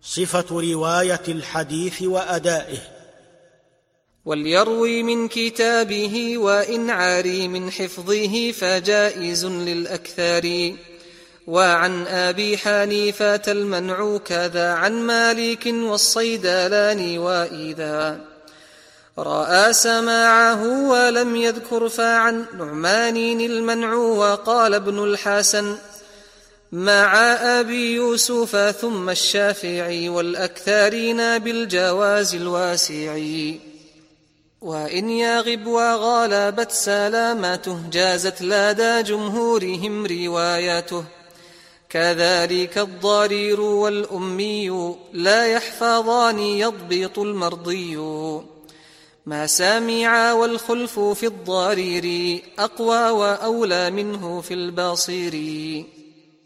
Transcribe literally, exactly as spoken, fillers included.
صفة رواية الحديث وأدائه. وليروي من كتابه وإن عاري من حفظه فجائز للأكثر. وعن أبي حنيفة المنع كذا عن مالك والصيدلاني وإذا رأى سماعه ولم يذكر فعن نعمان المنع. وقال ابن الحسن مع أبي يوسف ثم الشافعي والأكثرين بالجواز الواسع. وإن يغب وغالبت سلامته جازت لدى جمهورهم روايته. كذلك الضرير والأمي لا يحفظان يضبط المرضي. ما سمع والخلف في الضرير أقوى وأولى منه في البصير.